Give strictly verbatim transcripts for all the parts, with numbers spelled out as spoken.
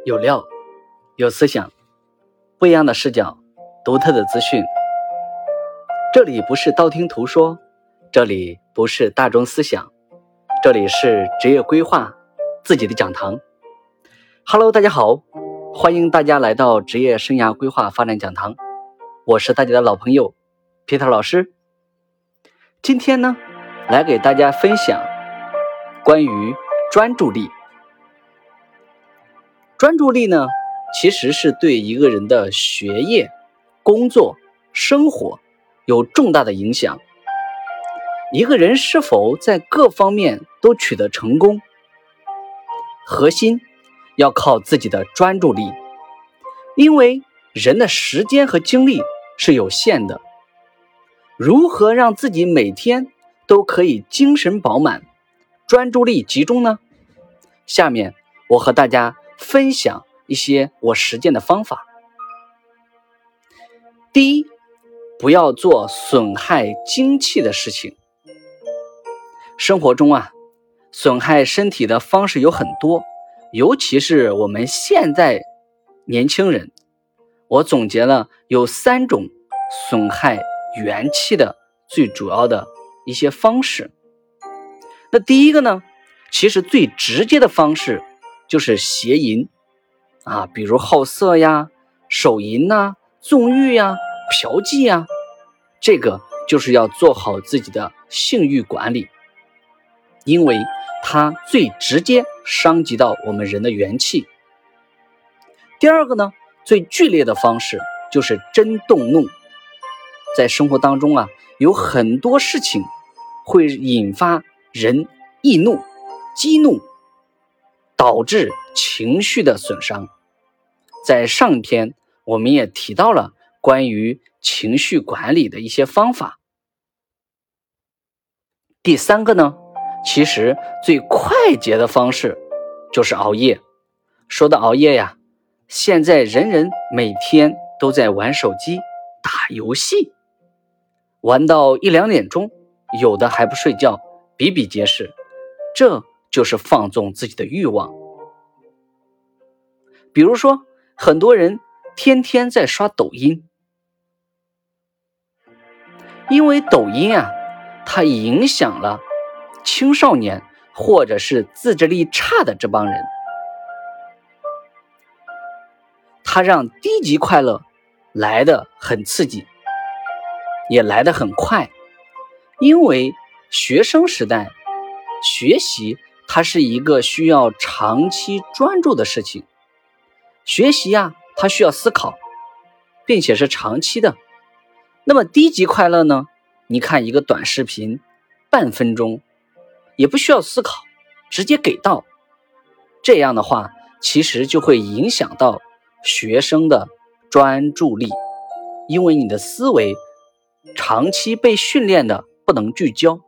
有料，有思想，不一样的视角，独特的资讯。这里不是道听途说，这里不是大众思想，这里是职业规划自己的讲堂。Hello， 大家好，欢迎大家来到职业生涯规划发展讲堂，我是大家的老朋友 Peter 老师。今天呢，来给大家分享关于专注力。专注力呢，其实是对一个人的学业、工作、生活有重大的影响。一个人是否在各方面都取得成功，核心要靠自己的专注力。因为人的时间和精力是有限的，如何让自己每天都可以精神饱满、专注力集中呢？下面我和大家分享一些我实践的方法。第一，不要做损害精气的事情。生活中啊，损害身体的方式有很多，尤其是我们现在年轻人，我总结了有三种损害元气的最主要的一些方式。那第一个呢，其实最直接的方式就是邪淫啊，比如好色呀、手淫呐、纵欲呀、嫖妓呀，这个就是要做好自己的性欲管理，因为它最直接伤及到我们人的元气。第二个呢，最剧烈的方式就是真动怒。在生活当中啊，有很多事情会引发人易怒、激怒，导致情绪的损伤。在上一篇我们也提到了关于情绪管理的一些方法。第三个呢，其实最快捷的方式就是熬夜。说到熬夜呀，现在人人每天都在玩手机、打游戏，玩到一两点钟，有的还不睡觉，比比皆是。这就是放纵自己的欲望。比如说，很多人天天在刷抖音，因为抖音啊，它影响了青少年或者是自制力差的这帮人，它让低级快乐来得很刺激，也来得很快。因为学生时代学习它是一个需要长期专注的事情，学习啊，它需要思考，并且是长期的。那么低级快乐呢，你看一个短视频半分钟，也不需要思考，直接给到，这样的话其实就会影响到学生的专注力，因为你的思维长期被训练的不能聚焦。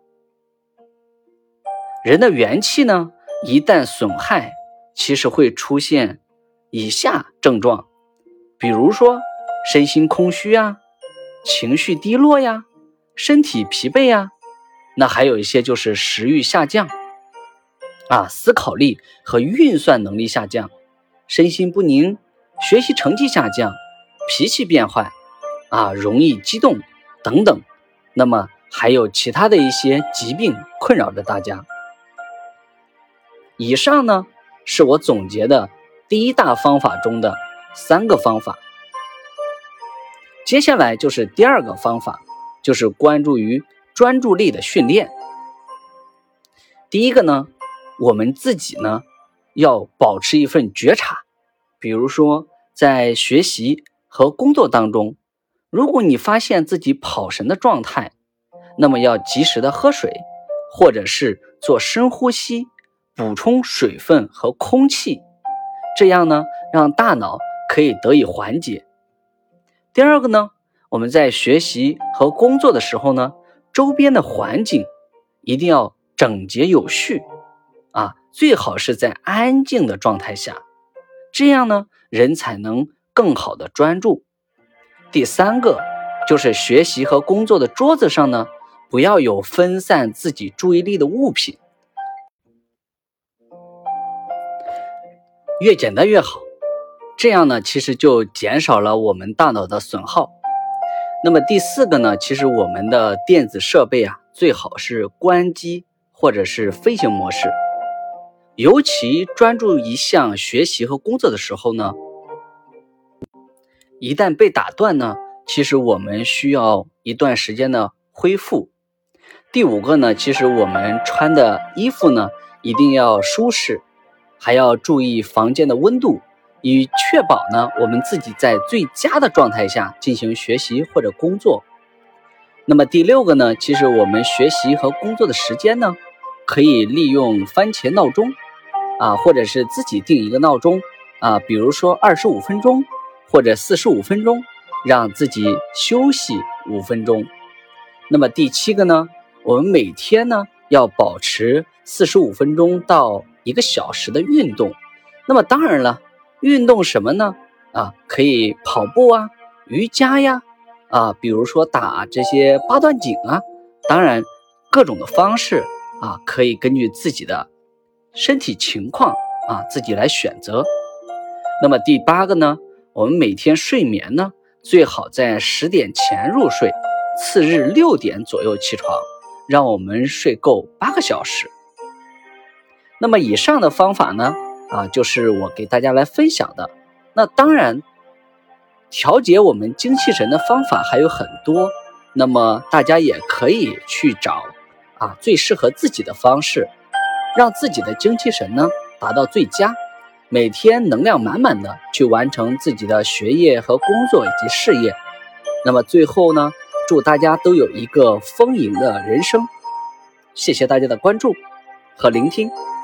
人的元气呢，一旦损害，其实会出现以下症状，比如说身心空虚啊，情绪低落呀，身体疲惫呀，那还有一些就是食欲下降啊，思考力和运算能力下降，身心不宁，学习成绩下降，脾气变坏啊，容易激动等等。那么还有其他的一些疾病困扰着大家。以上呢，是我总结的第一大方法中的三个方法。接下来就是第二个方法，就是关注于专注力的训练。第一个呢，我们自己呢要保持一份觉察。比如说在学习和工作当中，如果你发现自己跑神的状态，那么要及时的喝水，或者是做深呼吸，补充水分和空气，这样呢，让大脑可以得以缓解。第二个呢，我们在学习和工作的时候呢，周边的环境一定要整洁有序啊，最好是在安静的状态下，这样呢，人才能更好的专注。第三个就是学习和工作的桌子上呢，不要有分散自己注意力的物品，越简单越好这样呢，其实就减少了我们大脑的损耗。那么第四个呢，其实我们的电子设备啊，最好是关机或者是飞行模式。尤其专注一项学习和工作的时候呢，一旦被打断呢，其实我们需要一段时间的恢复。第五个呢，其实我们穿的衣服呢，一定要舒适，还要注意房间的温度，以确保呢我们自己在最佳的状态下进行学习或者工作。那么第六个呢，其实我们学习和工作的时间呢，可以利用番茄闹钟啊，或者是自己定一个闹钟啊，比如说二十五分钟或者四十五分钟，让自己休息五分钟。那么第七个呢，我们每天呢要保持四十五分钟到一个小时的运动。那么当然了，运动什么呢？啊，可以跑步啊，瑜伽呀，啊，比如说打这些八段锦啊，当然各种的方式啊，可以根据自己的身体情况啊自己来选择。那么第八个呢，我们每天睡眠呢，最好在十点前入睡，次日六点左右起床，让我们睡够八个小时。那么以上的方法呢，啊，就是我给大家来分享的。那当然，调节我们精气神的方法还有很多，那么大家也可以去找啊最适合自己的方式，让自己的精气神呢达到最佳，每天能量满满的去完成自己的学业和工作以及事业。那么最后呢，祝大家都有一个丰盈的人生。谢谢大家的关注和聆听。